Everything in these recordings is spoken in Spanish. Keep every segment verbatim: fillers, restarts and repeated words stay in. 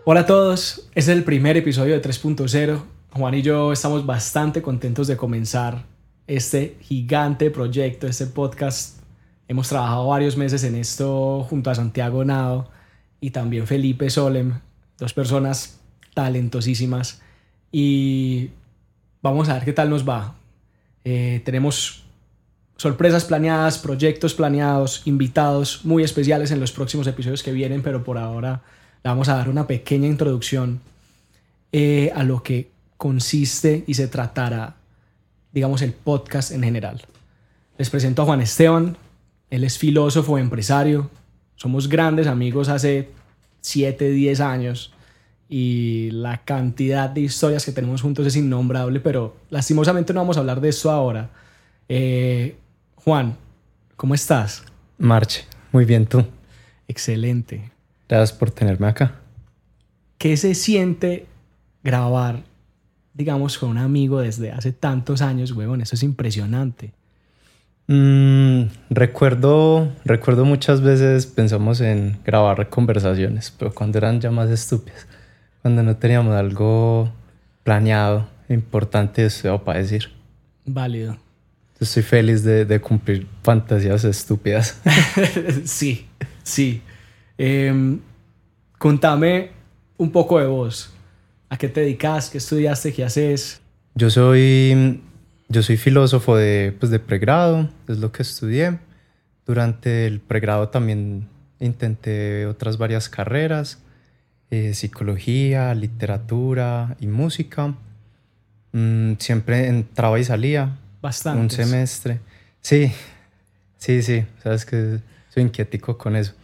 Hola a todos, este es el primer episodio de tres punto cero. Juan y yo estamos bastante contentos de comenzar este gigante proyecto, este podcast. Hemos trabajado varios meses en esto junto a Santiago Nado y también Felipe Solem, dos personas talentosísimas, y vamos a ver qué tal nos va. Eh, tenemos sorpresas planeadas, proyectos planeados, invitados muy especiales en los próximos episodios que vienen, pero por ahora le vamos a dar una pequeña introducción eh, a lo que consiste y se tratará, digamos, el podcast en general. Les presento a Juan Esteban. Él es filósofo, empresario. Somos grandes amigos hace siete, diez años y la cantidad de historias que tenemos juntos es innombrable, pero lastimosamente no vamos a hablar de eso ahora. Eh, Juan, ¿cómo estás? Marche, muy bien tú. Excelente. Gracias por tenerme acá. ¿Qué se siente grabar, digamos, con un amigo desde hace tantos años, huevón? Eso es impresionante. Mm, recuerdo, recuerdo muchas veces pensamos en grabar conversaciones, pero cuando eran ya más estúpidas, cuando no teníamos algo planeado, importante, eso para decir. Válido. Estoy feliz de, de cumplir fantasías estúpidas. Sí, sí. Eh, contame un poco de vos. ¿A qué te dedicas? ¿Qué estudiaste? ¿Qué haces? Yo soy, yo soy filósofo de, pues de pregrado, es lo que estudié. Durante el pregrado también intenté otras varias carreras, eh, psicología, literatura y música. Mm, siempre entraba y salía. Bastante. Un semestre. Sí, sí, sí. Sabes que soy inquietico con eso.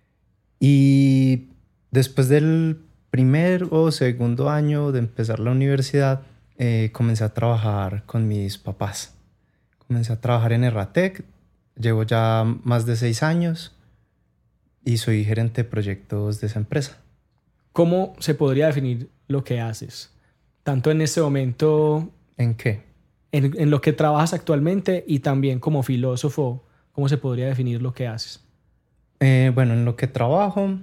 Y después del primer o segundo año de empezar la universidad, eh, comencé a trabajar con mis papás. Comencé a trabajar en Erratec. Llevo ya más de seis años y soy gerente de proyectos de esa empresa. ¿Cómo se podría definir lo que haces? Tanto en este momento... ¿En qué? En, en lo que trabajas actualmente y también como filósofo, ¿cómo se podría definir lo que haces? Eh, bueno, en lo que trabajo,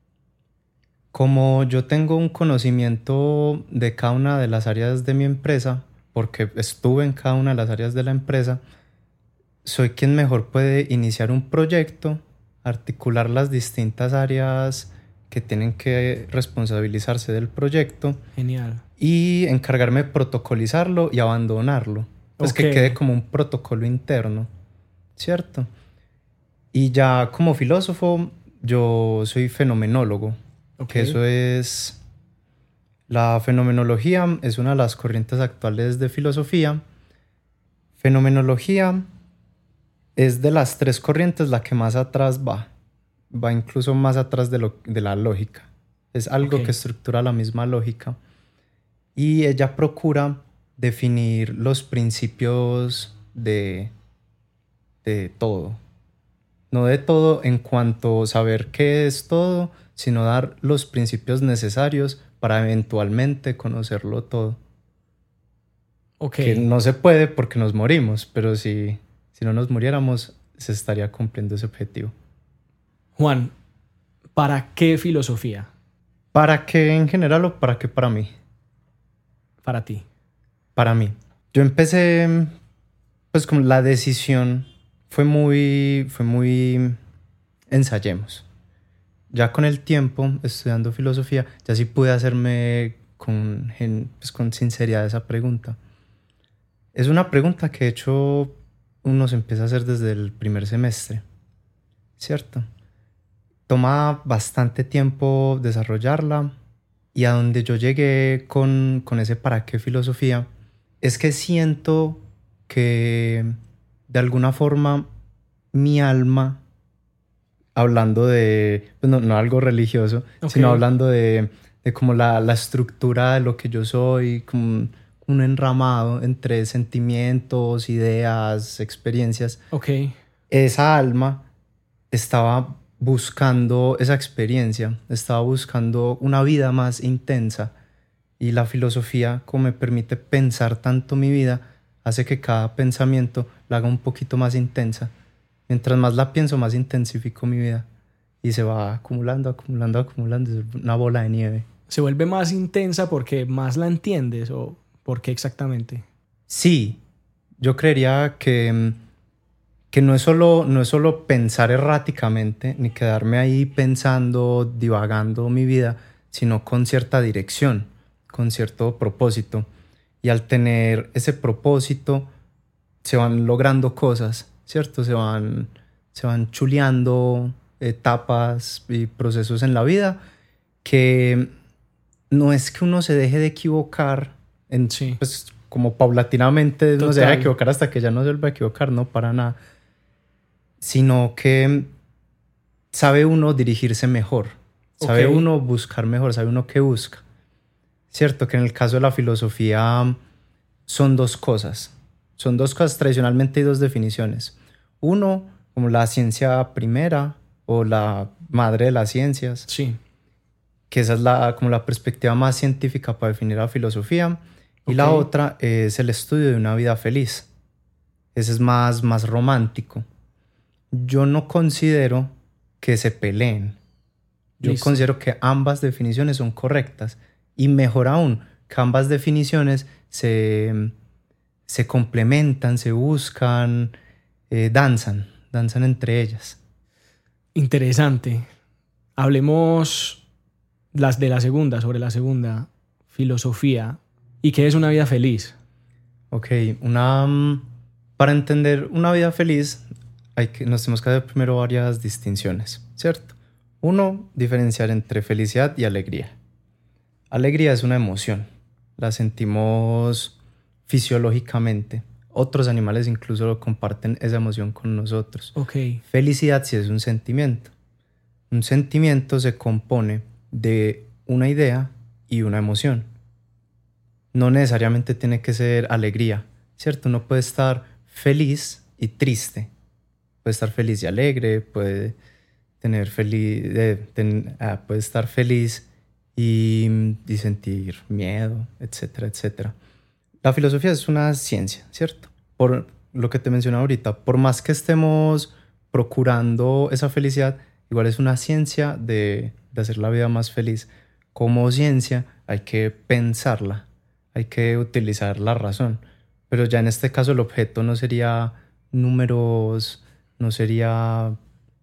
como yo tengo un conocimiento de cada una de las áreas de mi empresa, porque estuve en cada una de las áreas de la empresa, soy quien mejor puede iniciar un proyecto, articular las distintas áreas que tienen que responsabilizarse del proyecto. Genial. Y encargarme de protocolizarlo y abandonarlo. Pues Okay. que quede como un protocolo interno, ¿cierto? Y ya como filósofo, yo soy fenomenólogo. Okay. Que eso es... La fenomenología es una de las corrientes actuales de filosofía. Fenomenología es de las tres corrientes la que más atrás va. Va incluso más atrás de, lo, de la lógica. Es algo Okay. que estructura la misma lógica. Y ella procura definir los principios de, de todo. No de todo en cuanto a saber qué es todo, sino dar los principios necesarios para eventualmente conocerlo todo. Okay. Que no se puede porque nos morimos, pero si, si no nos muriéramos, se estaría cumpliendo ese objetivo. Juan, ¿para qué filosofía? ¿Para qué en general o para qué para mí? Para ti. Para mí. Yo empecé, pues como la decisión fue muy, fue muy, ensayemos. Ya con el tiempo, estudiando filosofía, ya sí pude hacerme con, pues con sinceridad esa pregunta. Es una pregunta que de hecho uno se empieza a hacer desde el primer semestre, ¿cierto? Toma bastante tiempo desarrollarla. Y a donde yo llegué con, con ese para qué filosofía es que siento que de alguna forma mi alma, hablando de, pues no, no algo religioso, okay, sino hablando de, de como la, la estructura de lo que yo soy, como un, un enramado entre sentimientos, ideas, experiencias. Okay. Esa alma estaba buscando esa experiencia, estaba buscando una vida más intensa, y la filosofía, como me permite pensar tanto mi vida, hace que cada pensamiento la haga un poquito más intensa. Mientras más la pienso, más intensifico mi vida y se va acumulando, acumulando, acumulando, es una bola de nieve. ¿Se vuelve más intensa porque más la entiendes o por qué exactamente? Sí, yo creería que, que no es solo, no es solo pensar erráticamente, ni quedarme ahí pensando, divagando mi vida, sino con cierta dirección, con cierto propósito. Y al tener ese propósito, se van logrando cosas, ¿cierto? Se van, se van chuleando etapas y procesos en la vida que no es que uno se deje de equivocar, en, Sí. pues como paulatinamente Total. uno se deja de equivocar hasta que ya no se vuelva a equivocar, no para nada, sino que sabe uno dirigirse mejor, sabe Ok. uno buscar mejor, sabe uno qué busca. Cierto que en el caso de la filosofía son dos cosas, son dos cosas, tradicionalmente hay dos definiciones. Uno, como la ciencia primera o la madre de las ciencias, Sí. que esa es la, como la perspectiva más científica para definir la filosofía. Y la Ok. otra es el estudio de una vida feliz. Ese es más, más romántico. Yo no considero que se peleen. Yo Listo. considero que ambas definiciones son correctas. Y mejor aún, que ambas definiciones se, se complementan, se buscan, eh, danzan, danzan entre ellas. Interesante. Hablemos las de la segunda, sobre la segunda, filosofía. ¿Y qué es una vida feliz? Ok, una, mm, para entender una vida feliz hay que, nos tenemos que hacer primero varias distinciones, ¿cierto? Uno, diferenciar entre felicidad y alegría. Alegría es una emoción, la sentimos fisiológicamente. Otros animales incluso comparten esa emoción con nosotros. Ok. Felicidad sí es un sentimiento. Un sentimiento se compone de una idea y una emoción. No necesariamente tiene que ser alegría, ¿cierto? Uno puede estar feliz y triste. Puede estar feliz y alegre, puede tener feliz, eh, ten, ah, puede estar feliz y, y sentir miedo, etcétera, etcétera. La filosofía es una ciencia, ¿cierto? Por lo que te mencionaba ahorita, por más que estemos procurando esa felicidad, igual es una ciencia de, de hacer la vida más feliz. Como ciencia hay que pensarla, hay que utilizar la razón. Pero ya en este caso el objeto no sería números, no sería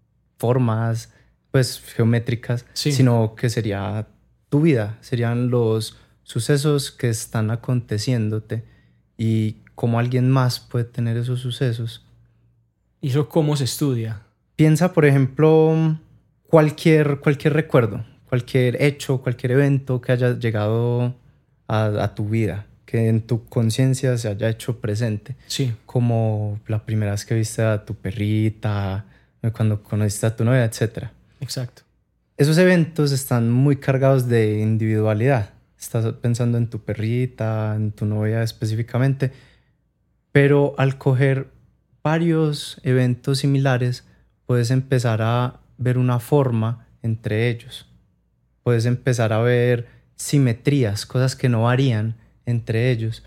formas pues geométricas, Sí. sino que sería tu vida, serían los sucesos que están aconteciéndote y cómo alguien más puede tener esos sucesos. ¿Y eso cómo se estudia? Piensa, por ejemplo, cualquier, cualquier recuerdo, cualquier hecho, cualquier evento que haya llegado a, a tu vida, que en tu conciencia se haya hecho presente. Sí. Como la primera vez que viste a tu perrita, cuando conociste a tu novia, etcétera. Exacto. Esos eventos están muy cargados de individualidad. Estás pensando en tu perrita, en tu novia específicamente, pero al coger varios eventos similares, puedes empezar a ver una forma entre ellos. Puedes empezar a ver simetrías, cosas que no varían entre ellos.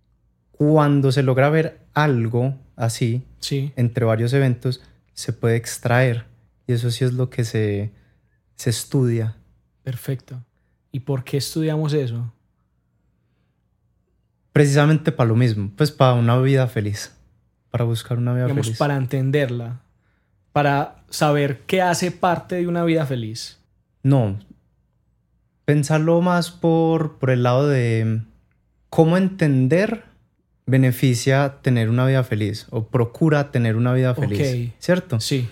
Cuando se logra ver algo así, Sí. entre varios eventos, se puede extraer. Y eso sí es lo que se, se estudia. Perfecto. ¿Y por qué estudiamos eso? Precisamente para lo mismo, pues para una vida feliz. Para buscar una vida Digamos, feliz. para entenderla, para saber qué hace parte de una vida feliz. No. Pensarlo más por, por el lado de cómo entender beneficia tener una vida feliz o procura tener una vida feliz. Ok. ¿Cierto? Sí.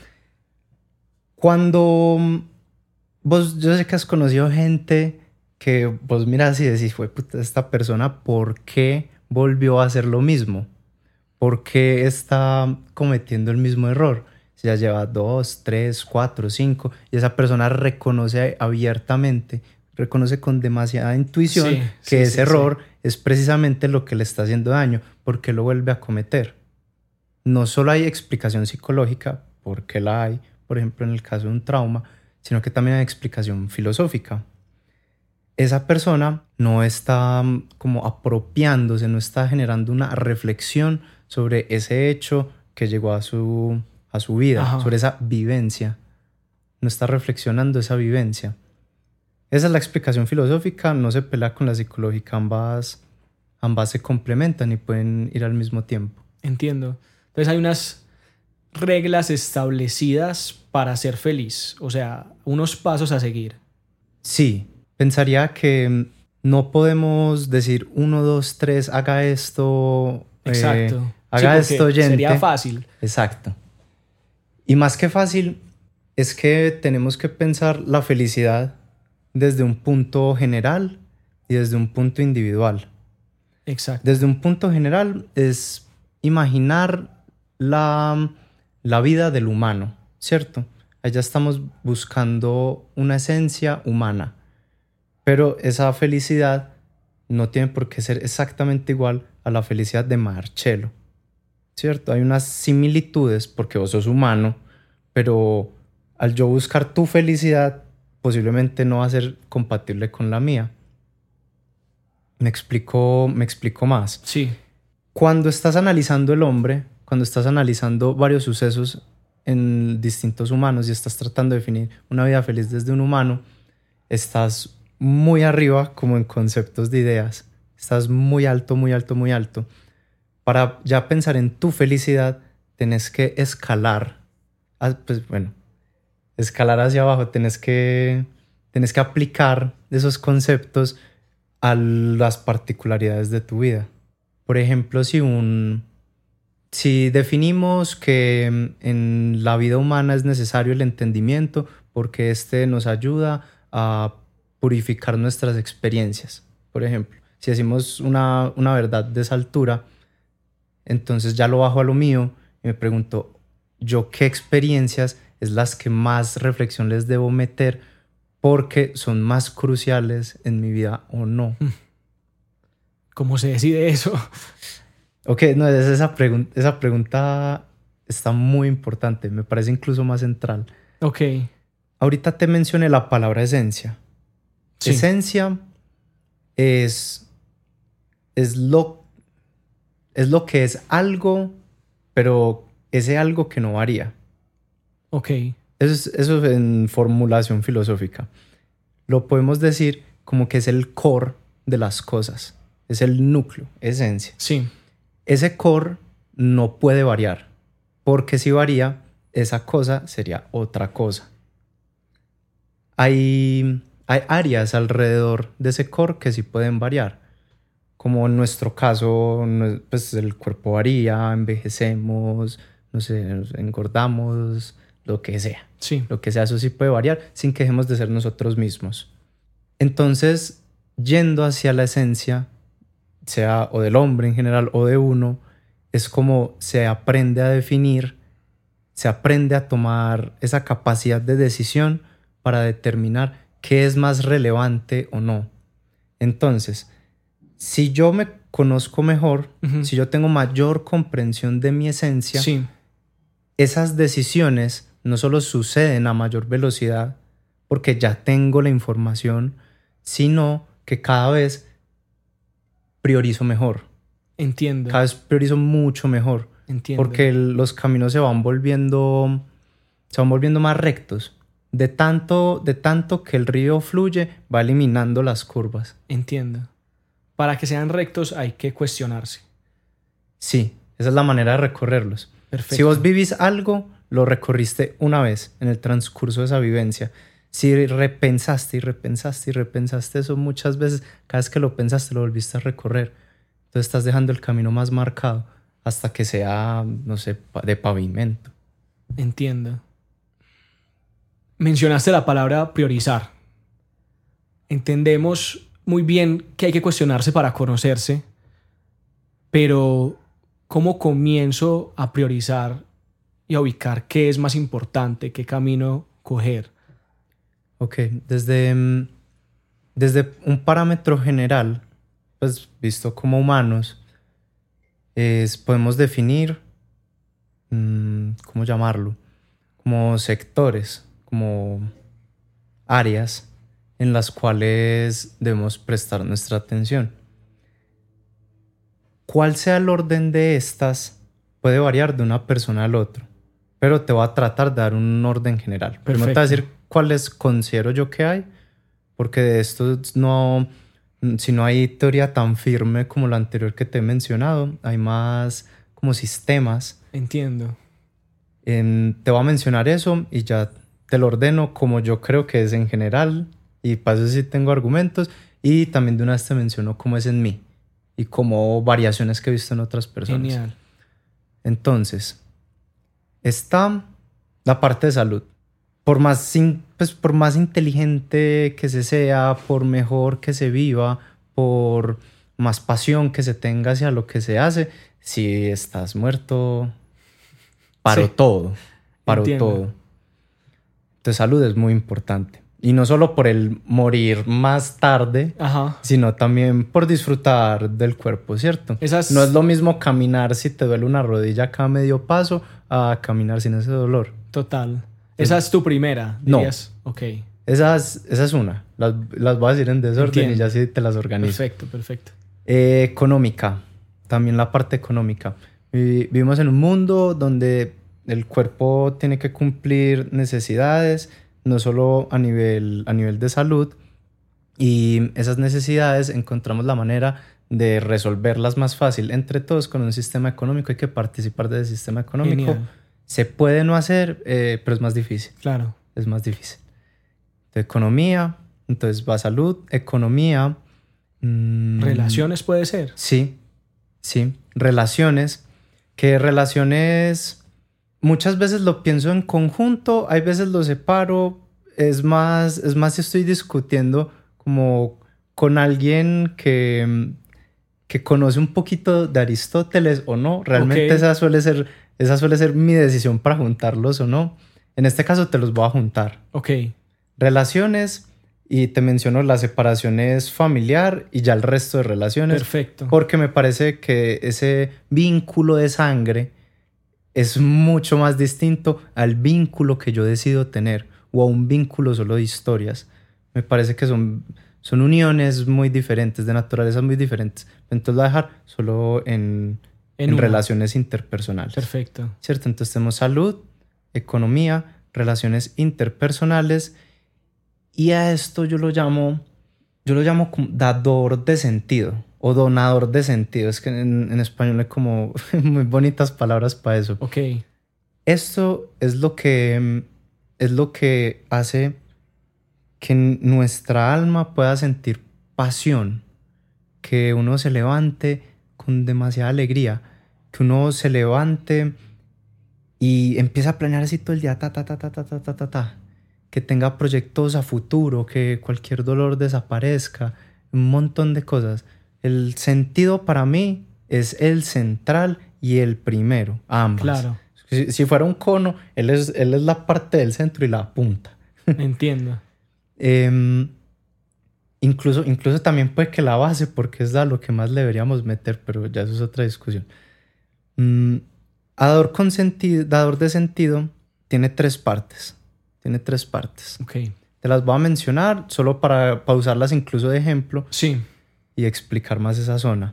Cuando vos, yo sé que has conocido gente que vos miras y decís, fue puta, esta persona, ¿por qué volvió a hacer lo mismo? ¿Por qué está cometiendo el mismo error? Si ya lleva dos, tres, cuatro, cinco, y esa persona reconoce abiertamente, reconoce con demasiada intuición Sí, que sí, ese sí, error sí. es precisamente lo que le está haciendo daño, porque lo vuelve a cometer. No solo hay explicación psicológica, porque la hay, por ejemplo en el caso de un trauma, sino que también hay explicación filosófica. Esa persona no está como apropiándose, no está generando una reflexión sobre ese hecho que llegó a su, a su vida, Ajá. sobre esa vivencia. No está reflexionando esa vivencia. Esa es la explicación filosófica, no se pelea con la psicológica, ambas, ambas se complementan y pueden ir al mismo tiempo. Entiendo. Entonces hay unas reglas establecidas para ser feliz, o sea, unos pasos a seguir. Sí, pensaría que no podemos decir uno, dos, tres, haga esto. Exacto. Eh, haga sí, esto, oyente. Sería fácil. Exacto. Y más que fácil, es que tenemos que pensar la felicidad desde un punto general y desde un punto individual. Exacto. Desde un punto general es imaginar la, la vida del humano, ¿cierto? Allá estamos buscando una esencia humana, pero esa felicidad no tiene por qué ser exactamente igual a la felicidad de Marcello, ¿cierto? Hay unas similitudes porque vos sos humano, pero al yo buscar tu felicidad, posiblemente no va a ser compatible con la mía. Me explico, me explico más. Sí. Cuando estás analizando el hombre, cuando estás analizando varios sucesos en distintos humanos y estás tratando de definir una vida feliz desde un humano, estás muy arriba como en conceptos de ideas. Estás muy alto, muy alto, muy alto. Para ya pensar en tu felicidad, tenés que escalar. Ah, pues bueno, escalar hacia abajo, tenés que, tenés que aplicar esos conceptos a las particularidades de tu vida. Por ejemplo, si, un, si definimos que en la vida humana es necesario el entendimiento porque este nos ayuda a purificar nuestras experiencias. Por ejemplo, si decimos una, una verdad de esa altura, entonces ya lo bajo a lo mío y me pregunto, ¿yo qué experiencias es las que más reflexión les debo meter porque son más cruciales en mi vida o no? ¿Cómo se decide eso? Ok, no, esa, pregun- esa pregunta está muy importante, me parece incluso más central. Ok. Ahorita te mencioné la palabra esencia. Sí. Esencia es, es, lo, es lo que es algo, pero ese algo que no varía. Ok. Eso es, eso es en formulación filosófica. Lo podemos decir como que es el core de las cosas. Es el núcleo, esencia. Sí. Ese core no puede variar, porque si varía, esa cosa sería otra cosa. Hay, hay áreas alrededor de ese core que sí pueden variar. Como en nuestro caso, pues el cuerpo varía, envejecemos, no sé, engordamos, lo que sea. Sí. Lo que sea, eso sí puede variar sin que dejemos de ser nosotros mismos. Entonces, yendo hacia la esencia, sea o del hombre en general o de uno, es como se aprende a definir, se aprende a tomar esa capacidad de decisión para determinar qué es más relevante o no. Entonces, si yo me conozco mejor, uh-huh. si yo tengo mayor comprensión de mi esencia, sí. esas decisiones no solo suceden a mayor velocidad porque ya tengo la información, sino que cada vez priorizo mejor. Entiendo. Cada vez priorizo mucho mejor. Entiendo. Porque el, los caminos se van volviendo se van volviendo más rectos. De tanto, de tanto que el río fluye, va eliminando las curvas. Entiendo. Para que sean rectos hay que cuestionarse. Sí, esa es la manera de recorrerlos. Perfecto. Si vos vivís algo, lo recorriste una vez en el transcurso de esa vivencia. Si repensaste y repensaste y repensaste eso muchas veces, cada vez que lo pensaste lo volviste a recorrer. Entonces estás dejando el camino más marcado hasta que sea, no sé, de pavimento. Entiendo. Mencionaste la palabra priorizar. Entendemos muy bien que hay que cuestionarse para conocerse, pero ¿cómo comienzo a priorizar y a ubicar qué es más importante, qué camino coger? Ok, desde, desde un parámetro general, pues visto como humanos, es, podemos definir, mmm, ¿cómo llamarlo? Como sectores, como áreas en las cuales debemos prestar nuestra atención. Cuál sea el orden de estas puede variar de una persona al otro, pero te voy a tratar de dar un orden general. Primero te voy a decir cuáles considero yo que hay porque de esto no, si no hay teoría tan firme como la anterior que te he mencionado, hay más como sistemas. Entiendo. Eh, te voy a mencionar eso y ya te lo ordeno como yo creo que es en general, y para eso sí tengo argumentos, y también de una vez te menciono cómo es en mí y como variaciones que he visto en otras personas. Genial. Entonces, está la parte de salud. Por más, in- pues, por más inteligente que se sea, por mejor que se viva, por más pasión que se tenga hacia lo que se hace, si estás muerto, paró Sí, todo, paró entiendo. todo. Entonces, salud es muy importante. Y no solo por el morir más tarde, Ajá. sino también por disfrutar del cuerpo, ¿cierto? Esas... No es lo mismo caminar si te duele una rodilla cada medio paso a caminar sin ese dolor. Total. Esa es tu primera, No. dirías. Ok. Esa es, esa es una. Las, las voy a decir en desorden. Entiendo. Y ya sí te las organizo. Perfecto, perfecto. Eh, económica. También la parte económica. Vi- Vivimos en un mundo donde el cuerpo tiene que cumplir necesidades, no solo a nivel, a nivel de salud. Y esas necesidades encontramos la manera de resolverlas más fácil entre todos con un sistema económico. Hay que participar del sistema económico. Genial. Se puede no hacer, eh, pero es más difícil. Claro. Es más difícil. De economía, entonces va salud, economía. mm, Relaciones puede ser. Sí, sí. Relaciones. Que relaciones, muchas veces lo pienso en conjunto, hay veces lo separo. Es más, es más si estoy discutiendo como con alguien que, que conoce un poquito de Aristóteles o no. Realmente Ok. esa suele ser, esa suele ser mi decisión para juntarlos o no. En este caso te los voy a juntar. Ok. Relaciones, y te menciono la separación es familiar y ya el resto de relaciones. Perfecto. Porque me parece que ese vínculo de sangre es mucho más distinto al vínculo que yo decido tener o a un vínculo solo de historias. Me parece que son, son uniones muy diferentes, de naturaleza muy diferentes. Entonces lo voy a dejar solo en, En en una. relaciones interpersonales. Perfecto. ¿Cierto? Entonces tenemos salud, economía, relaciones interpersonales, y a esto yo lo llamo, yo lo llamo como dador de sentido o donador de sentido. Es que en, en español hay como muy bonitas palabras para eso. Ok. Esto es lo que, es lo que hace que nuestra alma pueda sentir pasión, que uno se levante con demasiada alegría, que uno se levante y empieza a planear así todo el día, ta, ta, ta, ta, ta, ta, ta, ta, ta. Que tenga proyectos a futuro, que cualquier dolor desaparezca, un montón de cosas. El sentido para mí es el central y el primero, ambas. Claro. Si, si fuera un cono, él es, él es la parte del centro y la punta. Entiendo. Eh, incluso, incluso también puede que la base, porque es a lo que más le deberíamos meter, pero ya eso es otra discusión. Mm, dador, con sentido, dador de sentido tiene tres partes. Tiene tres partes. Ok. Te las voy a mencionar solo para, para usarlas incluso de ejemplo Sí. y explicar más esa zona.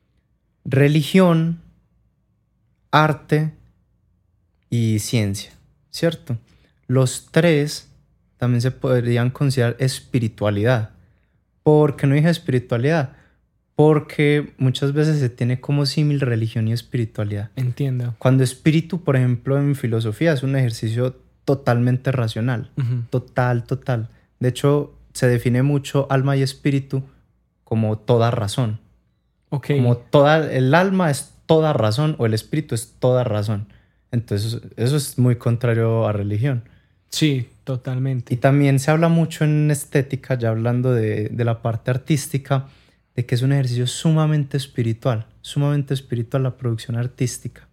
Religión, arte y ciencia, ¿cierto? Los tres también se podrían considerar espiritualidad. ¿Por qué no dije espiritualidad? Porque muchas veces se tiene como símil religión y espiritualidad. Entiendo. Cuando espíritu, por ejemplo, en filosofía es un ejercicio totalmente racional. Ujú. Total, total. De hecho, se define mucho alma y espíritu como toda razón. Ok. Como toda, el alma es toda razón o el espíritu es toda razón. Entonces, eso es muy contrario a religión. Sí, totalmente. Y también se habla mucho en estética, ya hablando de, de la parte artística, de que es un ejercicio sumamente espiritual, sumamente espiritual la producción artística.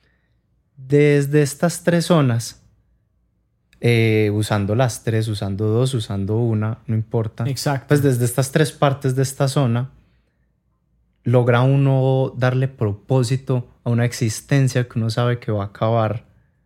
Desde estas tres zonas, eh, usando las tres, usando dos, usando una, no importa. Exacto. Pues desde estas tres partes de esta zona, logra uno darle propósito a una existencia que uno sabe que va a acabar.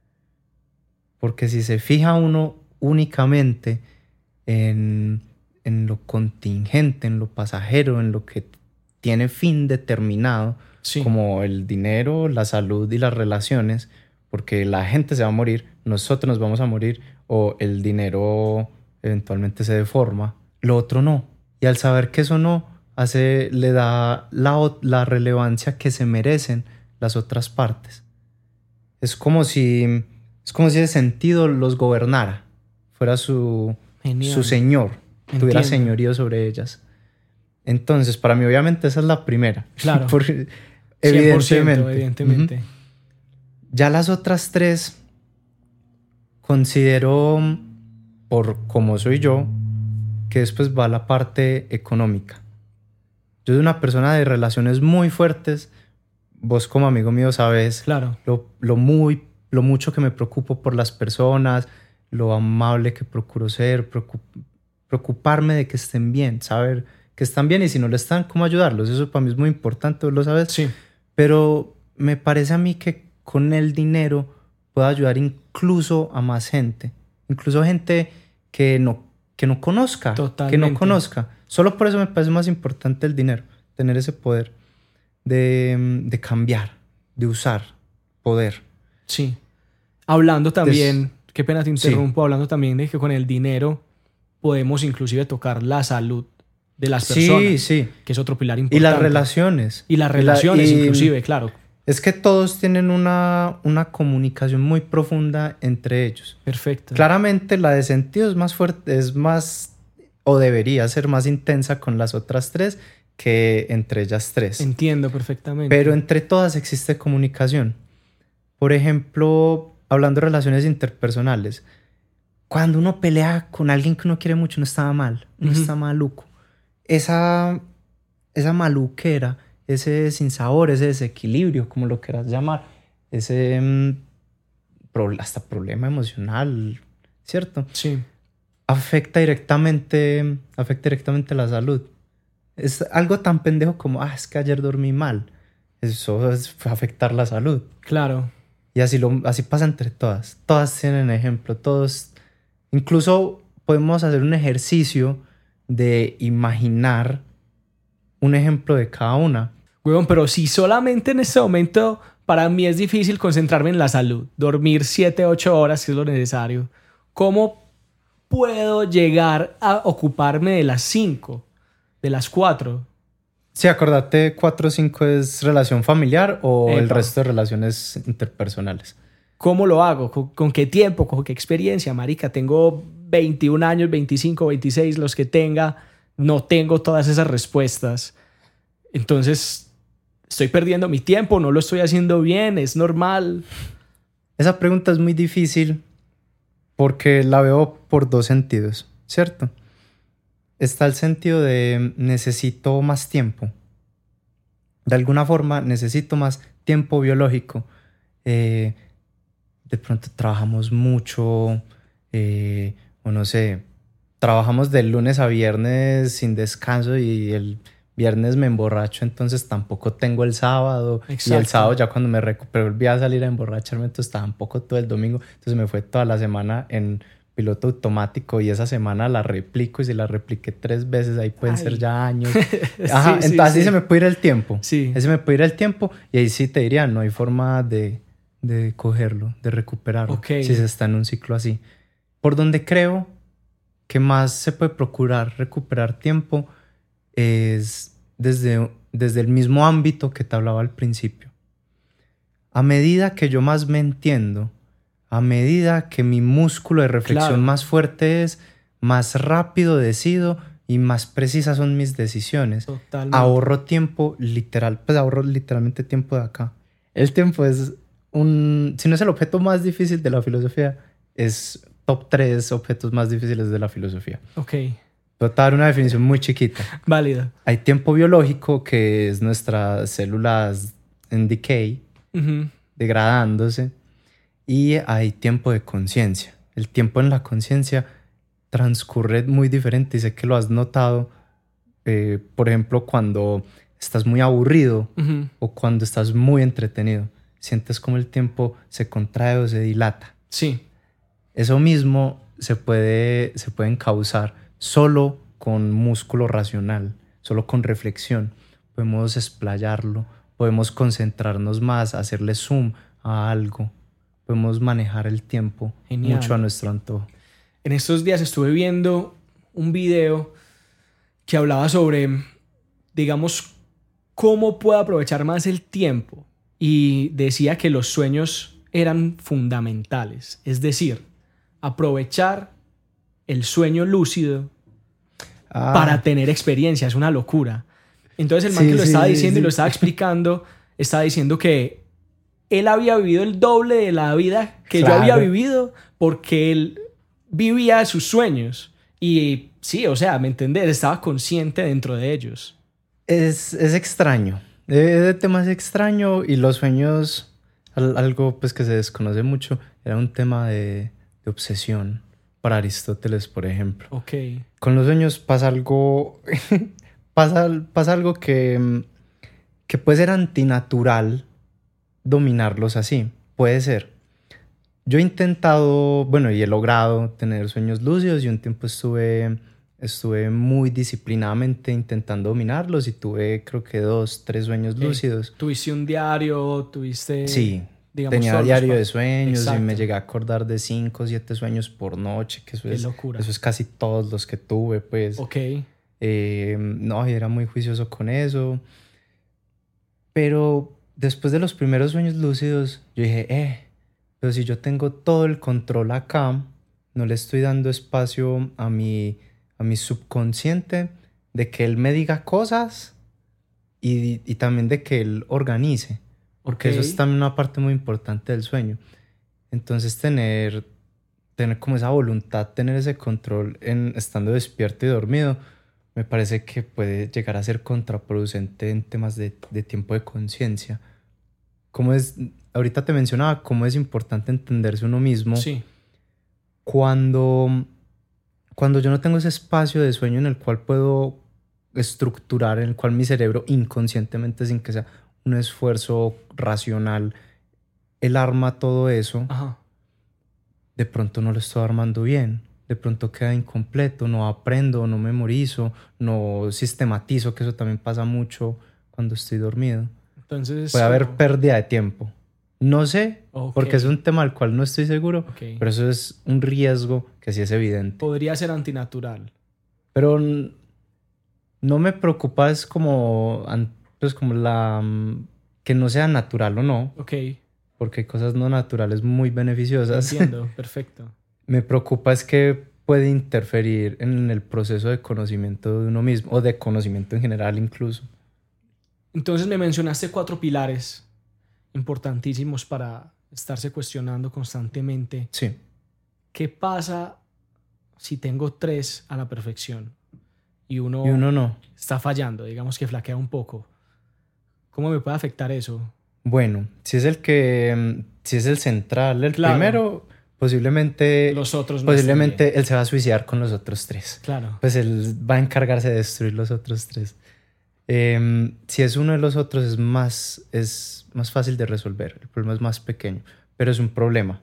Porque si se fija uno únicamente en, en lo contingente, en lo pasajero, en lo que tiene fin determinado, Sí. como el dinero, la salud y las relaciones, porque la gente se va a morir, nosotros nos vamos a morir, o el dinero eventualmente se deforma, lo otro no. Y al saber que eso no, hace, le da la, la relevancia que se merecen las otras partes. Es como si, es como si ese sentido los gobernara, fuera su, su señor, Entiendo. tuviera señorío sobre ellas. Entonces, para mí, obviamente, esa es la primera. Claro. Porque, evidentemente. evidentemente. Uh-huh. Ya las otras tres, considero, por cómo soy yo, que después va la parte económica. Yo soy una persona de relaciones muy fuertes. Vos como amigo mío sabes claro. lo, lo, muy, lo mucho que me preocupo por las personas, lo amable que procuro ser, preocup, preocuparme de que estén bien, saber que están bien y si no lo están, cómo ayudarlos. Eso para mí es muy importante, vos lo sabes. Sí. Pero me parece a mí que con el dinero puedo ayudar incluso a más gente, incluso gente que no, que no conozca, Totalmente. que no conozca. Solo por eso me parece más importante el dinero, tener ese poder. De, de cambiar, de usar poder. Sí. Hablando también, Des... qué pena te interrumpo, sí. hablando también de que con el dinero podemos inclusive tocar la salud de las personas. Sí, sí. Que es otro pilar importante. Y las relaciones. Y las relaciones y la, y, inclusive, claro. Es que todos tienen una, una comunicación muy profunda entre ellos. Perfecto. Claramente la de sentido es más fuerte, es más, o debería ser más intensa con las otras tres que entre ellas tres. Entiendo perfectamente. Pero entre todas existe comunicación. Por ejemplo, hablando de relaciones interpersonales, cuando uno pelea con alguien que uno quiere mucho, no está mal, no uh-huh. está maluco. Esa, esa maluquera, ese sinsabor, ese desequilibrio, como lo quieras llamar, ese um, pro, hasta problema emocional, ¿cierto? Sí. Afecta directamente, afecta directamente la salud. Es algo tan pendejo como, ah, es que ayer dormí mal. Eso es afectar la salud. Claro. Y así, lo, así pasa entre todas. Todas tienen ejemplo. Todos. Incluso podemos hacer un ejercicio de imaginar un ejemplo de cada una. Huevón, pero si solamente en este momento para mí es difícil concentrarme en la salud, dormir siete, ocho horas, que es lo necesario, ¿cómo puedo llegar a ocuparme de las cinco? De las cuatro. Sí, acordate, cuatro o cinco es relación familiar o Epa. El resto de relaciones interpersonales. ¿Cómo lo hago? ¿Con, con qué tiempo? ¿Con qué experiencia, marica? Tengo veintiún años, veinticinco, veintiséis, los que tenga. No tengo todas esas respuestas. Entonces, ¿estoy perdiendo mi tiempo? ¿No lo estoy haciendo bien? ¿Es normal? Esa pregunta es muy difícil porque la veo por dos sentidos, ¿cierto? Está el sentido de necesito más tiempo. De alguna forma necesito más tiempo biológico. Eh, de pronto trabajamos mucho, eh, o no sé, trabajamos de lunes a viernes sin descanso y el viernes me emborracho, entonces tampoco tengo el sábado. Exacto. Y el sábado ya cuando me recupero volví a salir a emborracharme, entonces tampoco todo el domingo. Entonces me fue toda la semana en piloto automático y esa semana la replico y si la repliqué tres veces ahí pueden Ay. ser ya años. Ajá, sí, entonces sí, así sí. se me puede ir el tiempo. Sí. Así se me puede ir el tiempo y ahí sí te diría, no hay forma de, de cogerlo, de recuperarlo, okay. si se está en un ciclo así. Por donde creo que más se puede procurar recuperar tiempo es desde, desde el mismo ámbito que te hablaba al principio. A medida que yo más me entiendo, a medida que mi músculo de reflexión claro. más fuerte es, más rápido decido y más precisas son mis decisiones. Totalmente. Ahorro tiempo literal, pues ahorro literalmente tiempo de acá. El tiempo es un, si no es el objeto más difícil de la filosofía, es top tres objetos más difíciles de la filosofía. Ok. Voy a dar una definición muy chiquita. Válida. Hay tiempo biológico, que es nuestras células en decay, uh-huh. degradándose. Y hay tiempo de conciencia. El tiempo en la conciencia transcurre muy diferente y sé que lo has notado. Eh, por ejemplo, cuando estás muy aburrido uh-huh. o cuando estás muy entretenido. Sientes como el tiempo se contrae o se dilata. Sí. Eso mismo se puede, se puede encauzar solo con músculo racional, solo con reflexión. Podemos explayarlo, podemos concentrarnos más, hacerle zoom a algo. Podemos manejar el tiempo Genial. Mucho a nuestro antojo. En estos días estuve viendo un video que hablaba sobre, digamos, cómo puedo aprovechar más el tiempo. Y decía que los sueños eran fundamentales. Es decir, aprovechar el sueño lúcido Ah, para tener experiencia. Es una locura. Entonces el man sí, que lo sí, estaba sí, diciendo y sí. lo estaba explicando, estaba diciendo que él había vivido el doble de la vida que yo había Claro. vivido porque él vivía sus sueños. Y sí, o sea, ¿me entendés? Estaba consciente dentro de ellos. Es, es extraño. El tema es extraño y los sueños, al- algo pues que se desconoce mucho, era un tema de, de obsesión para Aristóteles, por ejemplo. Ok. Con los sueños pasa algo, pasa, pasa algo que, mm, que puede ser antinatural dominarlos así. Puede ser. Yo he intentado, bueno, y he logrado tener sueños lúcidos y un tiempo estuve, estuve muy disciplinadamente intentando dominarlos y tuve creo que dos, tres sueños Ok. lúcidos. Tuviste un diario, tuviste, Sí, digamos, tenía todos los diario pa- de sueños y me Exacto. llegué a acordar de cinco o siete sueños por noche, que eso Qué es, locura. eso es casi todos los que tuve, pues. Ok. Eh, no, y era muy juicioso con eso. Pero después de los primeros sueños lúcidos, yo dije, eh, pero si yo tengo todo el control acá, no le estoy dando espacio a mi, a mi subconsciente de que él me diga cosas y, y también de que él organice, porque Ok. eso es también una parte muy importante del sueño. Entonces tener, tener como esa voluntad, tener ese control en estando despierto y dormido, me parece que puede llegar a ser contraproducente en temas de, de tiempo de conciencia. Como es, ahorita te mencionaba cómo es importante entenderse uno mismo Sí. cuando, cuando yo no tengo ese espacio de sueño en el cual puedo estructurar, en el cual mi cerebro inconscientemente, sin que sea un esfuerzo racional, él arma todo eso, Ajá. de pronto no lo estoy armando bien, de pronto queda incompleto, no aprendo, no memorizo, no sistematizo, que eso también pasa mucho cuando estoy dormido. Entonces, Puede haber como... pérdida de tiempo. No sé, Ok. porque es un tema al cual no estoy seguro, Ok. pero eso es un riesgo que sí es evidente. Podría ser antinatural. Pero n- no me preocupa es como, an- pues como la mm, que no sea natural o no, Ok. porque hay cosas no naturales muy beneficiosas. Entiendo. Perfecto. Me preocupa es que puede interferir en el proceso de conocimiento de uno mismo o de conocimiento en general incluso. Entonces me mencionaste cuatro pilares importantísimos para estarse cuestionando constantemente. Sí. ¿Qué pasa si tengo tres a la perfección y uno, Y uno no. está fallando, digamos que flaquea un poco? ¿Cómo me puede afectar eso? Bueno, si es el que, mm, si es el central, el Claro. primero, posiblemente, Los otros no estén posiblemente él se va a suicidar con los otros tres. Claro. Pues él va a encargarse de destruir los otros tres. Em, si es uno de los otros, es más, es más fácil de resolver. El problema es más pequeño, pero es un problema.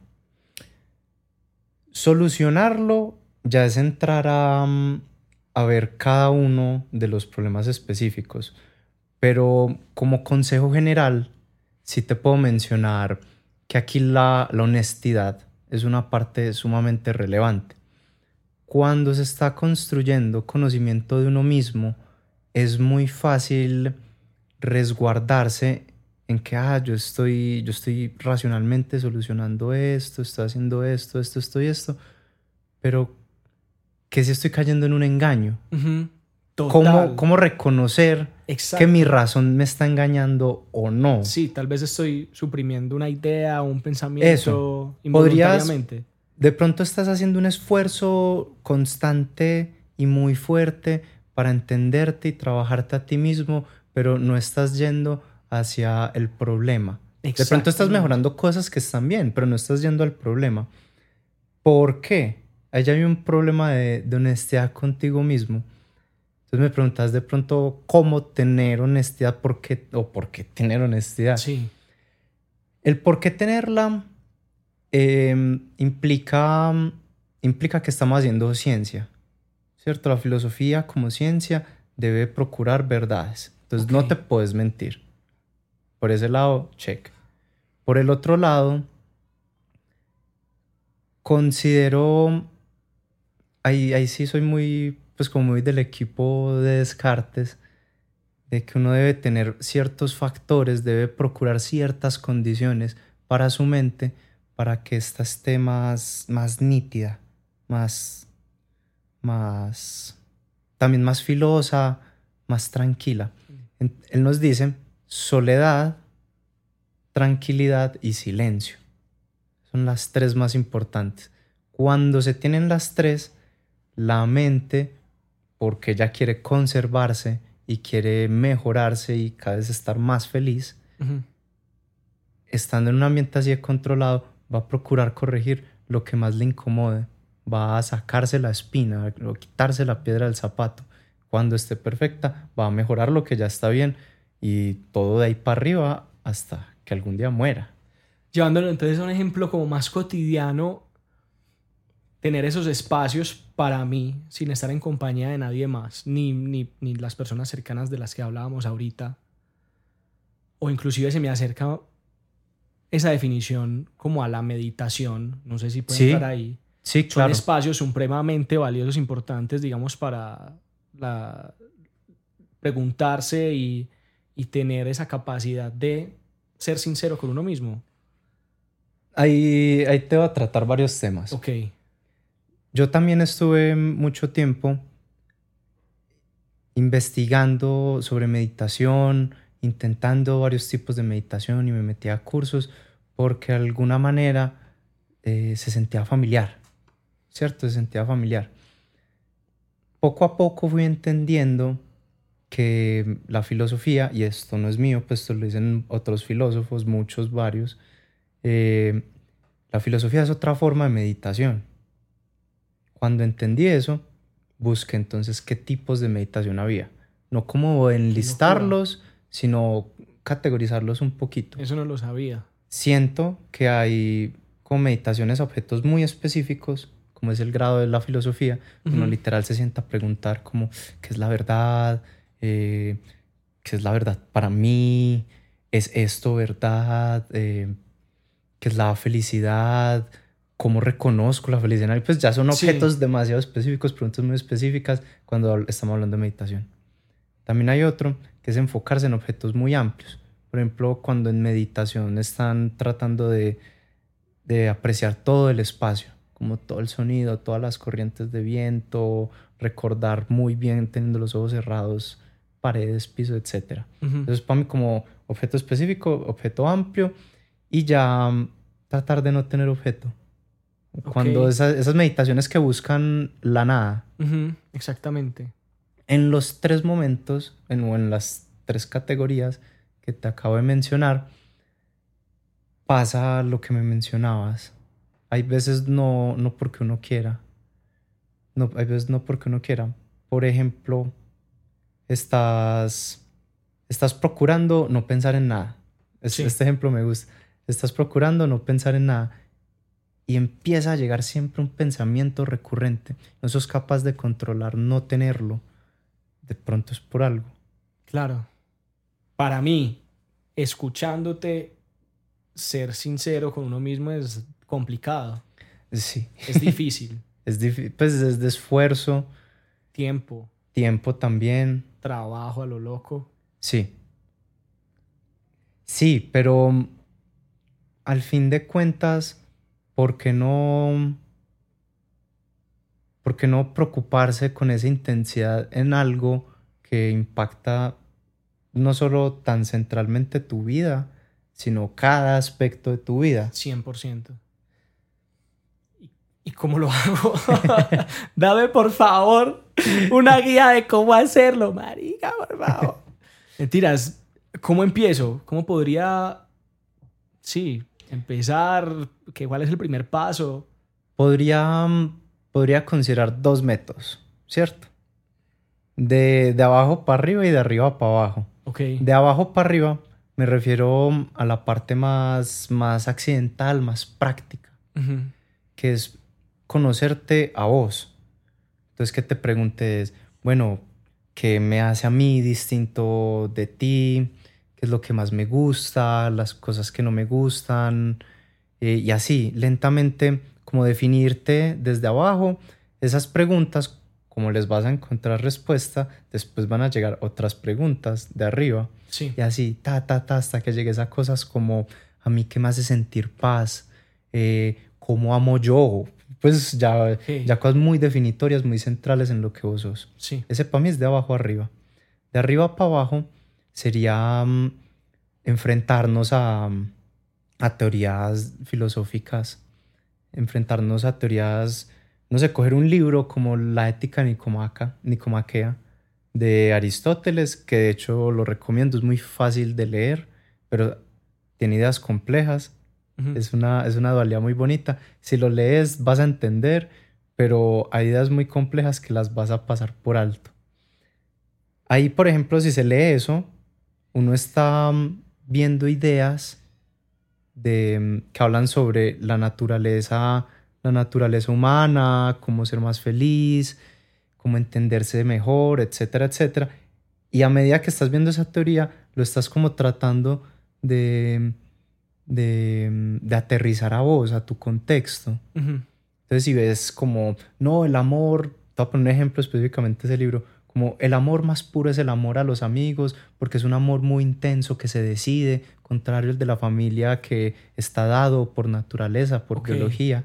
Solucionarlo ya es entrar a, mm, a ver cada uno de los problemas específicos. Pero como consejo general, sí te puedo mencionar que aquí la, la honestidad es una parte sumamente relevante. Cuando se está construyendo conocimiento de uno mismo, es muy fácil resguardarse en que ah, yo estoy, yo estoy racionalmente solucionando esto, estoy haciendo esto, esto, esto y esto, pero que si estoy cayendo en un engaño. Ujú. ¿Cómo, Total. cómo reconocer Exacto. que mi razón me está engañando o no? Sí, tal vez estoy suprimiendo una idea o un pensamiento Eso. involuntariamente. De pronto estás haciendo un esfuerzo constante y muy fuerte para entenderte y trabajarte a ti mismo, pero no estás yendo hacia el problema. De pronto estás Exactamente. mejorando cosas que están bien, pero no estás yendo al problema. ¿Por qué? Ahí hay un problema de, de honestidad contigo mismo. Entonces me preguntas de pronto cómo tener honestidad, por qué, o por qué tener honestidad. Sí. El por qué tenerla eh, implica, implica que estamos haciendo ciencia, ¿cierto? La filosofía como ciencia debe procurar verdades. Entonces Ok. no te puedes mentir. Por ese lado, check. Por el otro lado, considero, ahí, ahí sí soy muy pues como muy del equipo de Descartes, de que uno debe tener ciertos factores, debe procurar ciertas condiciones para su mente para que ésta esté más, más nítida, más, más, también más filosa, más tranquila. Él nos dice soledad, tranquilidad y silencio. Son las tres más importantes. Cuando se tienen las tres, la mente, porque ella quiere conservarse y quiere mejorarse y cada vez estar más feliz, uh-huh. estando en un ambiente así de controlado, va a procurar corregir lo que más le incomode, va a sacarse la espina, o quitarse la piedra del zapato. Cuando esté perfecta, va a mejorar lo que ya está bien y todo de ahí para arriba hasta que algún día muera. Llevándolo entonces a un ejemplo como más cotidiano, tener esos espacios para mí, sin estar en compañía de nadie más, ni, ni, ni las personas cercanas de las que hablábamos ahorita, o inclusive se me acerca esa definición como a la meditación, no sé si puede sí, estar ahí. Sí, Son claro. espacios supremamente valiosos, importantes, digamos, para la, preguntarse y, y tener esa capacidad de ser sincero con uno mismo. Ahí, ahí te voy a tratar varios temas. Ok. Yo también estuve mucho tiempo investigando sobre meditación, intentando varios tipos de meditación y me metí a cursos porque de alguna manera eh, se sentía familiar, ¿cierto? Se sentía familiar. Poco a poco fui entendiendo que la filosofía, y esto no es mío, pues esto lo dicen otros filósofos, muchos, varios, eh, la filosofía es otra forma de meditación. Cuando entendí eso, busqué entonces qué tipos de meditación había. No como enlistarlos, sino categorizarlos un poquito. Eso no lo sabía. Siento que hay como meditaciones a objetos muy específicos, como es el grado de la filosofía, uh-huh. uno literal se sienta a preguntar como qué es la verdad, eh, qué es la verdad para mí, es esto verdad, eh, qué es la felicidad, cómo reconozco la felicidad. Y pues ya son objetos sí. demasiado específicos, preguntas muy específicas cuando estamos hablando de meditación. También hay otro que es enfocarse en objetos muy amplios. Por ejemplo, cuando en meditación están tratando de, de apreciar todo el espacio, como todo el sonido, todas las corrientes de viento, recordar muy bien teniendo los ojos cerrados, paredes, piso, etcétera. Uh-huh. Entonces, para mí como objeto específico, objeto amplio y ya um, tratar de no tener objeto. Okay. Cuando esas, esas meditaciones que buscan la nada. Uh-huh. Exactamente. En los tres momentos, en, o en las tres categorías que te acabo de mencionar, pasa lo que me mencionabas. Hay veces no, no porque uno quiera. No, hay veces no porque uno quiera. Por ejemplo, estás, estás procurando no pensar en nada. Es, sí. Este ejemplo me gusta. Estás procurando no pensar en nada y empieza a llegar siempre un pensamiento recurrente. No sos capaz de controlar, no tenerlo. De pronto es por algo. Claro. Para mí, escuchándote, ser sincero con uno mismo es complicado. Sí. Es difícil. es difícil. Pues es de esfuerzo. Tiempo. Tiempo también. Trabajo a lo loco. Sí. Sí, pero al fin de cuentas, ¿por qué no, por qué no preocuparse con esa intensidad en algo que impacta no solo tan centralmente tu vida, sino cada aspecto de tu vida? cien por ciento. ¿Y, y cómo lo hago? Dame, por favor, una guía de cómo hacerlo, marica, por favor. Mentiras, ¿cómo empiezo? ¿Cómo podría, sí, empezar? ¿Qué, ¿Cuál es el primer paso? Podría, podría considerar dos métodos, ¿cierto? De, de abajo para arriba y de arriba para abajo. Okay. De abajo para arriba me refiero a la parte más, más accidental, más práctica, uh-huh. que es conocerte a vos. Entonces que te preguntes, bueno, ¿qué me hace a mí distinto de ti? ¿Qué es lo que más me gusta? Las cosas que no me gustan. Eh, y así, lentamente, como definirte desde abajo esas preguntas como les vas a encontrar respuesta, después van a llegar otras preguntas de arriba. Sí. Y así, ta, ta, ta, hasta que llegues a cosas como, a mí qué me hace sentir paz, eh, cómo amo yo, pues ya, Sí. ya cosas muy definitorias, muy centrales en lo que vos sos. Sí. Ese para mí es de abajo a arriba. De arriba para abajo sería um, enfrentarnos a, a teorías filosóficas, enfrentarnos a teorías, no sé, coger un libro como La Ética Nicomaca, Nicomaquea de Aristóteles, que de hecho lo recomiendo, es muy fácil de leer, pero tiene ideas complejas. Uh-huh. Es una, es una dualidad muy bonita. Si lo lees vas a entender, pero hay ideas muy complejas que las vas a pasar por alto. Ahí, por ejemplo, si se lee eso, uno está viendo ideas de, que hablan sobre la naturaleza, la naturaleza humana, cómo ser más feliz, cómo entenderse mejor, etcétera, etcétera. Y a medida que estás viendo esa teoría, lo estás como tratando de, de, de aterrizar a vos, a tu contexto. Uh-huh. Entonces, si ves como, no, el amor, te voy a poner un ejemplo específicamente de ese libro, como el amor más puro es el amor a los amigos, porque es un amor muy intenso que se decide, contrario al de la familia que está dado por naturaleza, por okay. biología.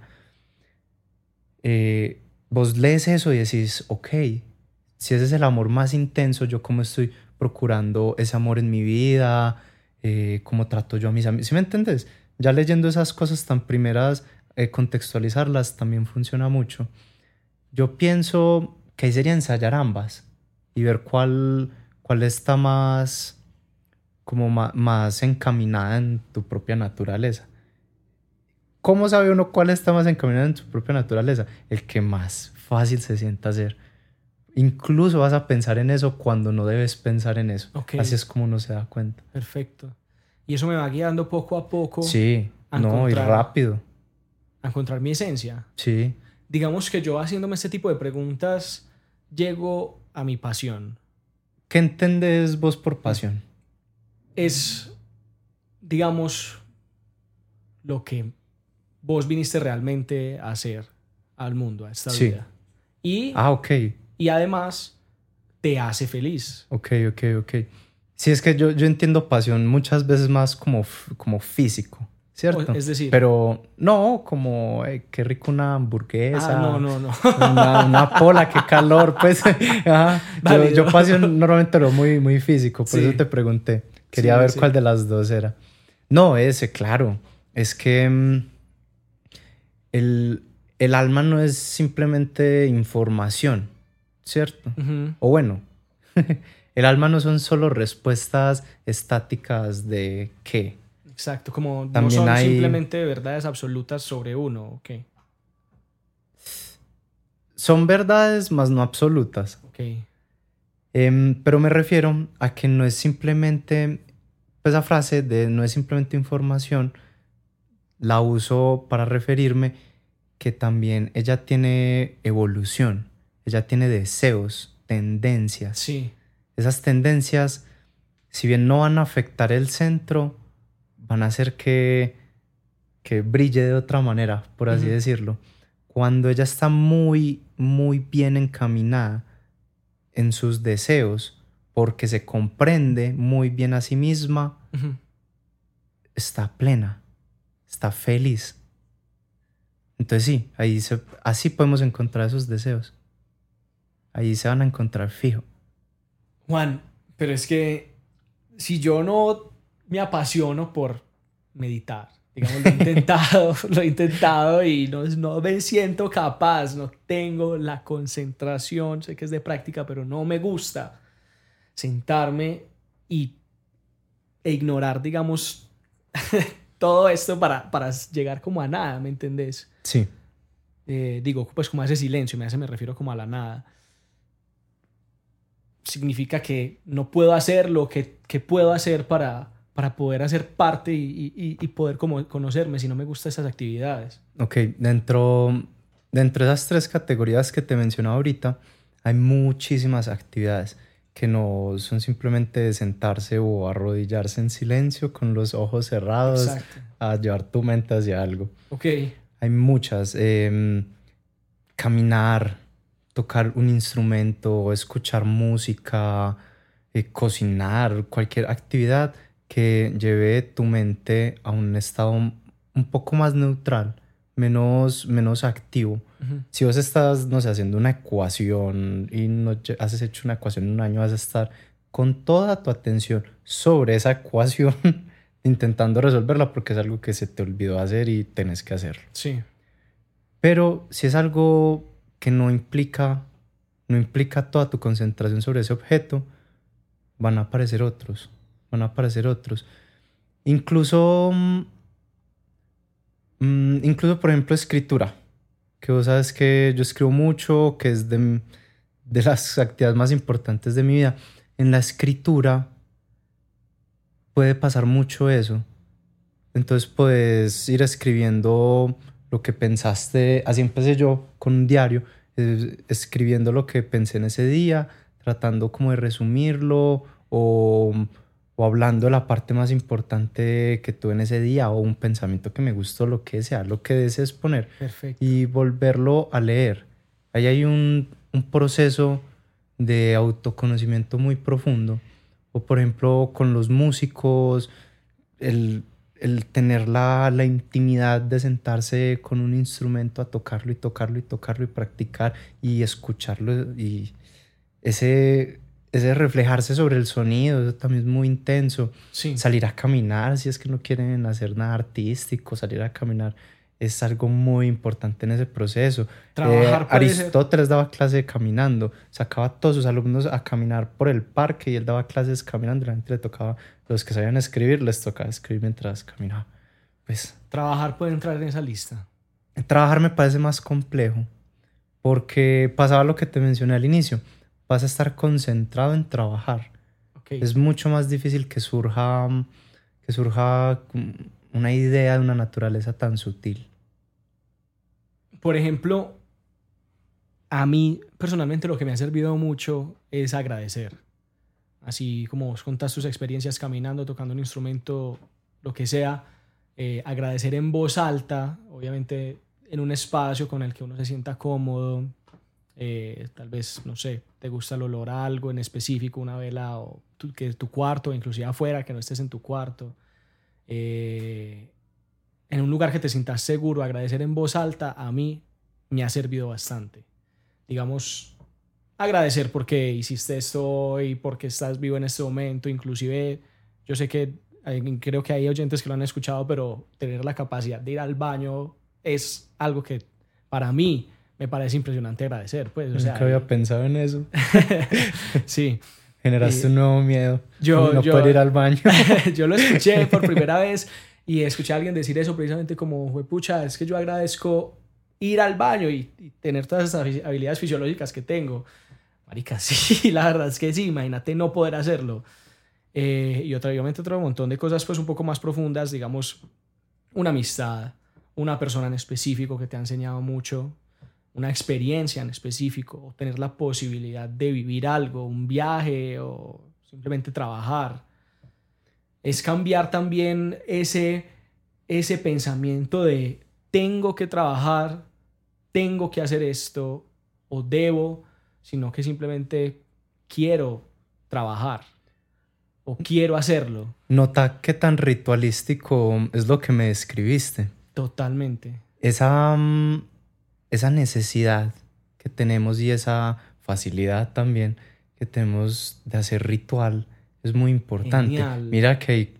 Eh, vos lees eso y decís, ok, si ese es el amor más intenso, yo cómo estoy procurando ese amor en mi vida, eh, cómo trato yo a mis amigos, ¿sí me entiendes? Ya leyendo esas cosas tan primeras, eh, contextualizarlas también funciona mucho. Yo pienso que ahí sería ensayar ambas y ver cuál, cuál está más, como más, más encaminada en tu propia naturaleza. ¿Cómo sabe uno cuál está más encaminado en su propia naturaleza? El que más fácil se sienta hacer. Incluso vas a pensar en eso cuando no debes pensar en eso. Okay. Así es como uno se da cuenta. Perfecto. Y eso me va guiando poco a poco. Sí, a no, y rápido. A encontrar mi esencia. Sí. Digamos que yo haciéndome este tipo de preguntas llego a mi pasión. ¿Qué entendés vos por pasión? Es, digamos, lo que vos viniste realmente a hacer al mundo, a esta sí. vida. Y, ah, ok. Y además te hace feliz. Ok, ok, ok. Sí, es que yo, yo entiendo pasión muchas veces más como, como físico, ¿cierto? Es decir... Pero no, como, eh, qué rico una hamburguesa. Ah, no, no, no. Una, una pola, qué calor, pues. Ajá. Yo, yo pasión normalmente lo muy, muy físico, por sí. eso te pregunté. Quería sí, ver sí. cuál de las dos era. No, ese, claro. Es que... Um, el, el alma no es simplemente información, ¿cierto? Uh-huh. O bueno, el alma no son solo respuestas estáticas de qué. Exacto, como también no son hay... simplemente verdades absolutas sobre uno, ¿o qué? Son verdades, más no absolutas. Okay. Eh, pero me refiero a que no es simplemente, pues esa frase de no es simplemente información, la uso para referirme que también ella tiene evolución, ella tiene deseos, tendencias. Sí. Esas tendencias, si bien no van a afectar el centro, van a hacer que, que brille de otra manera, por así uh-huh. decirlo. Cuando ella está muy, muy bien encaminada en sus deseos, porque se comprende muy bien a sí misma, uh-huh. está plena. Está feliz. Entonces sí, ahí se, así podemos encontrar esos deseos. Ahí se van a encontrar fijo. Juan, pero es que si yo no me apasiono por meditar, digamos, lo he intentado, lo he intentado y no, no me siento capaz, no tengo la concentración, sé que es de práctica, pero no me gusta sentarme y, e ignorar, digamos, todo esto para, para llegar como a nada, ¿me entendés? Sí. Eh, digo, pues como a ese silencio, me hace, me refiero como a la nada. Significa que no puedo hacer lo que, que puedo hacer para, para poder hacer parte y, y, y poder como conocerme si no me gustan esas actividades. Ok, dentro, dentro de esas tres categorías que te mencionaba ahorita, hay muchísimas actividades que no son simplemente sentarse o arrodillarse en silencio con los ojos cerrados. Exacto. A llevar tu mente hacia algo. Ok. Hay muchas. Eh, caminar, tocar un instrumento, escuchar música, eh, cocinar, cualquier actividad que lleve tu mente a un estado un poco más neutral, menos, menos activo. Ujú. Si vos estás, no sé, haciendo una ecuación y no lle- has hecho una ecuación en un año, vas a estar con toda tu atención sobre esa ecuación intentando resolverla porque es algo que se te olvidó hacer y tenés que hacerlo. Sí, Pero si es algo que no implica, no implica toda tu concentración sobre ese objeto, van a aparecer otros, van a aparecer otros. Incluso, mm, mm, incluso por ejemplo, escritura, que vos sabes que yo escribo mucho, que es de, de las actividades más importantes de mi vida. En la escritura puede pasar mucho eso. Entonces puedes ir escribiendo lo que pensaste, así empecé yo con un diario, eh, escribiendo lo que pensé en ese día, tratando como de resumirlo o, o hablando de la parte más importante que tuve en ese día o un pensamiento que me gustó, lo que sea, lo que desees poner perfecto. y volverlo a leer. Ahí hay un, un proceso de autoconocimiento muy profundo. O por ejemplo con los músicos, el, el tener la, la intimidad de sentarse con un instrumento a tocarlo y tocarlo y tocarlo y practicar y escucharlo y ese, ese reflejarse sobre el sonido, eso también es muy intenso. Sí, Salir a caminar, si es que no quieren hacer nada artístico, salir a caminar es algo muy importante en ese proceso. trabajar Eh, puede ser. Aristóteles daba clase caminando, sacaba a todos sus alumnos a caminar por el parque y él daba clases caminando. La gente le tocaba, los que sabían escribir, les tocaba escribir mientras caminaba. Pues Trabajar puede entrar en esa lista. trabajar me parece más complejo porque pasaba lo que te mencioné al inicio. Vas a estar concentrado en trabajar. Ok. Es mucho más difícil que surja, que surja una idea de una naturaleza tan sutil. Por ejemplo, a mí personalmente lo que me ha servido mucho es agradecer. Así como vos contás tus experiencias caminando, tocando un instrumento, lo que sea, eh, agradecer en voz alta, obviamente en un espacio con el que uno se sienta cómodo. Eh, tal vez, no sé, te gusta el olor a algo en específico, una vela, o tu, que tu cuarto, inclusive afuera, que no estés en tu cuarto. Eh, en un lugar que te sientas seguro, agradecer en voz alta, a mí me ha servido bastante. Digamos, agradecer porque hiciste esto hoy, porque estás vivo en este momento. Inclusive, yo sé que hay- creo que hay oyentes que lo han escuchado, pero tener la capacidad de ir al baño es algo que para mí me parece impresionante agradecer. Pues, o sea, Nunca había y- pensado en eso. sí. Generaste Y un nuevo miedo. yo, No yo, poder ir al baño. yo lo escuché por primera vez y escuché a alguien decir eso precisamente como, pucha, es que yo agradezco ir al baño y, y tener todas esas habi- habilidades fisiológicas que tengo. Marica, sí, la verdad es que sí, imagínate no poder hacerlo. Eh, y otra, obviamente otro montón de cosas pues un poco más profundas, digamos, una amistad, una persona en específico que te ha enseñado mucho, una experiencia en específico, o tener la posibilidad de vivir algo, un viaje o simplemente trabajar. Es cambiar también ese, ese pensamiento de tengo que trabajar, tengo que hacer esto o debo, sino que simplemente quiero trabajar o quiero hacerlo. Nota qué tan ritualístico es lo que me describiste. Totalmente. Esa, mm, esa necesidad que tenemos y esa facilidad también que tenemos de hacer ritual es muy importante. Genial. Mira que ahí,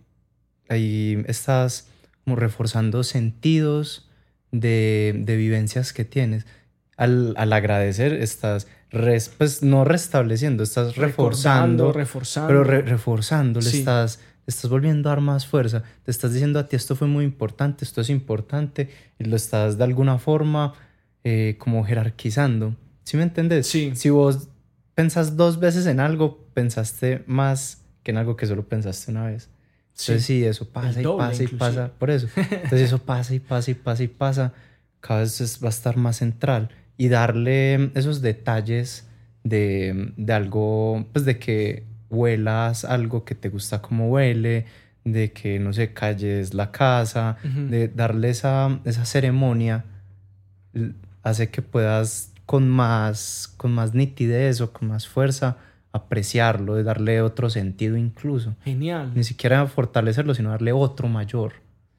ahí estás como reforzando sentidos de, de vivencias que tienes. Al, al agradecer estás, res- pues no restableciendo, estás Recordando, reforzando, reforzando. pero re- reforzando, le Sí. estás, le estás volviendo a dar más fuerza. Te estás diciendo a ti esto fue muy importante, esto es importante, y lo estás de alguna forma eh, como jerarquizando. ¿Sí me entendés? Sí. Si vos pensás dos veces en algo, pensaste más que en algo que solo pensaste una vez. Entonces sí, eso pasa El y doble, pasa y inclusive. pasa, por eso. Entonces eso pasa y pasa y pasa y pasa. Cada vez es- va a estar más central y darle esos detalles de, de algo, pues de que huelas algo que te gusta como huele, de que, no sé, calles la casa, Ujú. de darle esa, esa ceremonia, l- hace que puedas con más, con más nitidez o con más fuerza apreciarlo, de darle otro sentido incluso. Genial. Ni siquiera fortalecerlo, sino darle otro mayor.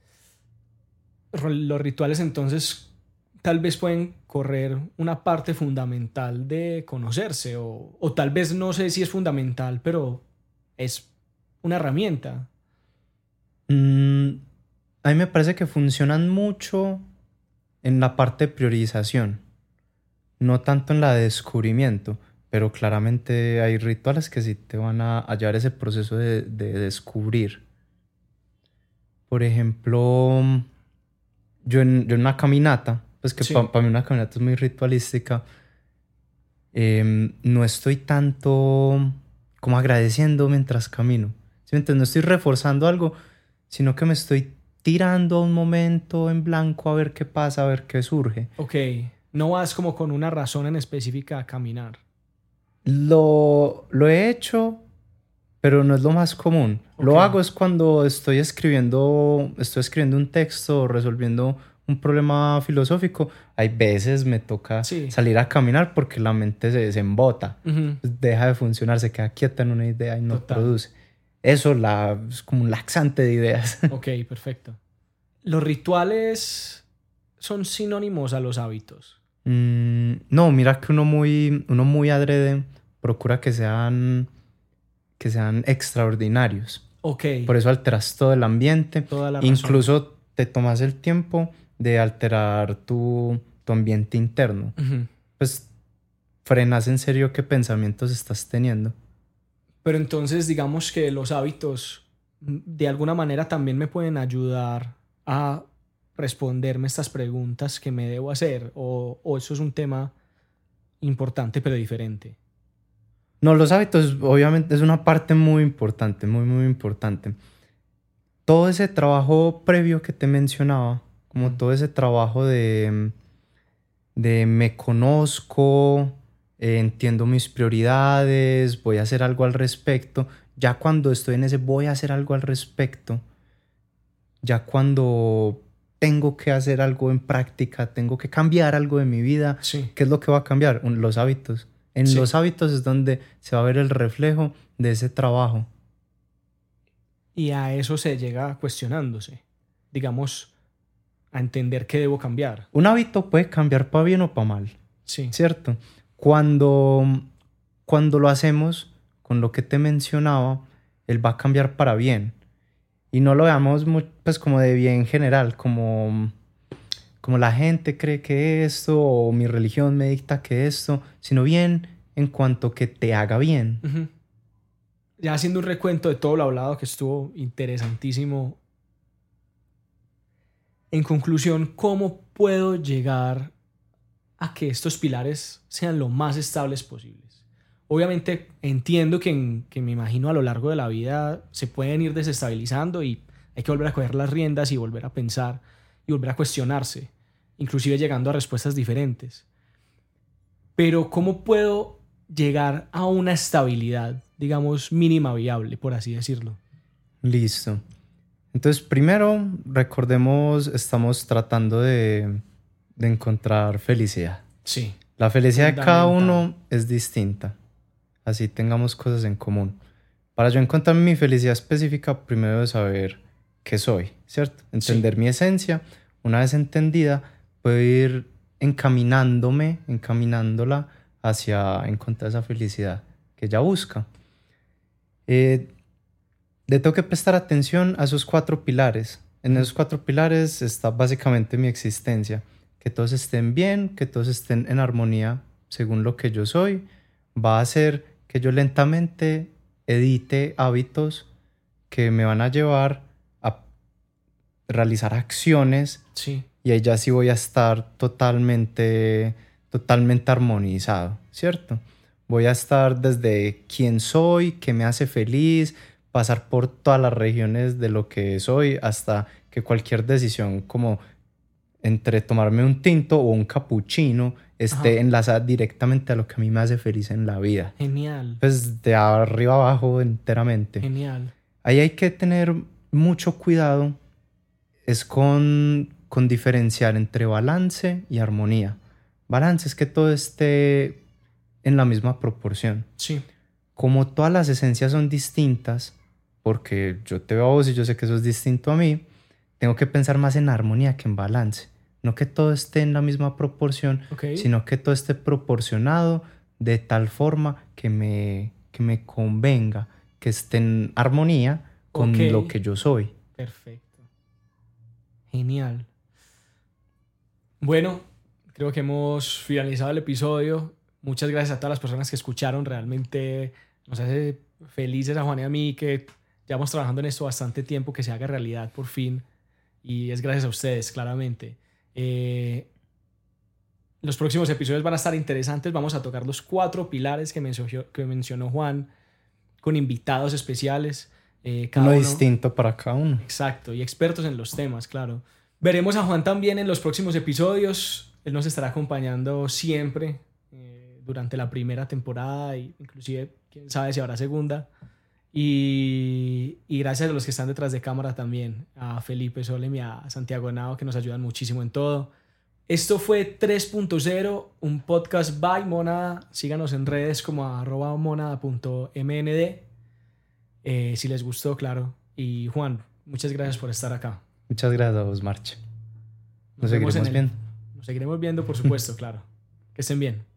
Los rituales entonces tal vez pueden correr una parte fundamental de conocerse o, o tal vez no sé si es fundamental, pero es una herramienta. Mm, a mí me parece que funcionan mucho en la parte de priorización, no tanto en la de descubrimiento, pero claramente hay rituales que sí te van a, a llevar ese proceso de, de descubrir. Por ejemplo, yo en, yo en una caminata, pues que Sí. para pa mí una caminata es muy ritualística, eh, no estoy tanto como agradeciendo mientras camino. ¿Sí me entiendes? No estoy reforzando algo, sino que me estoy tirando a un momento en blanco a ver qué pasa, a ver qué surge. Ok, no vas como con una razón en específica a caminar. Lo, lo he hecho, pero no es lo más común. Ok. Lo hago es cuando estoy escribiendo, estoy escribiendo un texto o resolviendo un problema filosófico. Hay veces me toca Sí. salir a caminar porque la mente se, se embota, Ujú. deja de funcionar, se queda quieta en una idea y no Total. produce. Eso la, es como un laxante de ideas. Ok, perfecto. Los rituales son sinónimos a los hábitos. Mm, no, mira que uno muy, uno muy adrede procura que sean, que sean extraordinarios. Ok, Por eso alteras todo el ambiente. toda la razón. Incluso te tomas el tiempo de alterar tu, tu ambiente interno. Ujú. Pues frenas en serio qué pensamientos estás teniendo. Pero entonces digamos que los hábitos mm, de alguna manera también me pueden ayudar a responderme estas preguntas que me debo hacer o, o eso es un tema importante pero diferente. No, los hábitos obviamente es una parte muy importante, muy, muy importante. Todo ese trabajo previo que te mencionaba, como Mm. todo ese trabajo de, de me conozco, eh, entiendo mis prioridades, voy a hacer algo al respecto. Ya cuando estoy en ese voy a hacer algo al respecto, ya cuando tengo que hacer algo en práctica, tengo que cambiar algo de mi vida, Sí. ¿qué es lo que va a cambiar? Un- Los hábitos. En Sí. los hábitos es donde se va a ver el reflejo de ese trabajo. Y a eso se llega cuestionándose, digamos, a entender qué debo cambiar. Un hábito puede cambiar para bien o para mal, Sí, ¿cierto? Cuando, cuando lo hacemos con lo que te mencionaba, él va a cambiar para bien. Y no lo veamos mu- pues como de bien general, como, como la gente cree que esto o mi religión me dicta que esto, sino bien en cuanto que te haga bien. Ujú. Ya haciendo un recuento de todo lo hablado que estuvo interesantísimo. En conclusión, ¿cómo puedo llegar a que estos pilares sean lo más estables posibles? Obviamente entiendo que, en- que me imagino a lo largo de la vida se pueden ir desestabilizando y hay que volver a coger las riendas y volver a pensar y volver a cuestionarse, inclusive llegando a respuestas diferentes. Pero ¿cómo puedo llegar a una estabilidad, digamos, mínima viable, por así decirlo? Listo. Entonces, primero, recordemos, estamos tratando de, de encontrar felicidad. Sí, La felicidad de cada fundamental. uno es distinta, así tengamos cosas en común. Para yo encontrar mi felicidad específica, primero debo saber qué soy, ¿cierto? Entender Sí. mi esencia. Una vez entendida, puedo ir encaminándome, encaminándola hacia encontrar esa felicidad que ella busca. Eh, le tengo que prestar atención a esos cuatro pilares. En esos cuatro pilares está básicamente mi existencia. Que todos estén bien, que todos estén en armonía según lo que yo soy. Va a hacer que yo lentamente edite hábitos que me van a llevar a realizar acciones Sí, y ahí ya sí voy a estar totalmente, totalmente armonizado, ¿cierto? Voy a estar desde quién soy, qué me hace feliz, pasar por todas las regiones de lo que soy hasta que cualquier decisión como entre tomarme un tinto o un capuchino esté Ajá. enlazada directamente a lo que a mí me hace feliz en la vida. Genial, Pues de arriba abajo enteramente. genial. Ahí hay que tener mucho cuidado, es con, con diferenciar entre balance y armonía. Balance es que todo esté en la misma proporción. Sí. Como todas las esencias son distintas, porque yo te veo a vos y yo sé que eso es distinto a mí, tengo que pensar más en armonía que en balance. No que todo esté en la misma proporción, Okay. sino que todo esté proporcionado de tal forma que me, que me convenga, que esté en armonía con Okay. lo que yo soy. Perfecto. Genial. Bueno, creo que hemos finalizado el episodio. Muchas gracias a todas las personas que escucharon. Realmente nos hace felices a Juan y a mí que llevamos trabajando en esto bastante tiempo, que se haga realidad por fin. Y es gracias a ustedes, claramente. Eh, los próximos episodios van a estar interesantes. Vamos a tocar los cuatro pilares que mencionó, que mencionó Juan, con invitados especiales. Eh, cada uno uno distinto para cada uno. Exacto, y expertos en los temas, claro. Veremos a Juan también en los próximos episodios. Él nos estará acompañando siempre eh, durante la primera temporada e inclusive, quién sabe si habrá segunda. Y, y gracias a los que están detrás de cámara también, a Felipe Solem y a Santiago Henao, que nos ayudan muchísimo en todo. Esto fue tres punto cero, un podcast by Monada. Síganos en redes como arroba monada punto m n d. Eh, si les gustó, claro. Y Juan, muchas gracias por estar acá. Muchas gracias a vos, Marche. Nos, Nos seguiremos vemos en el- viendo. Nos seguiremos viendo, por supuesto, claro. Que estén bien.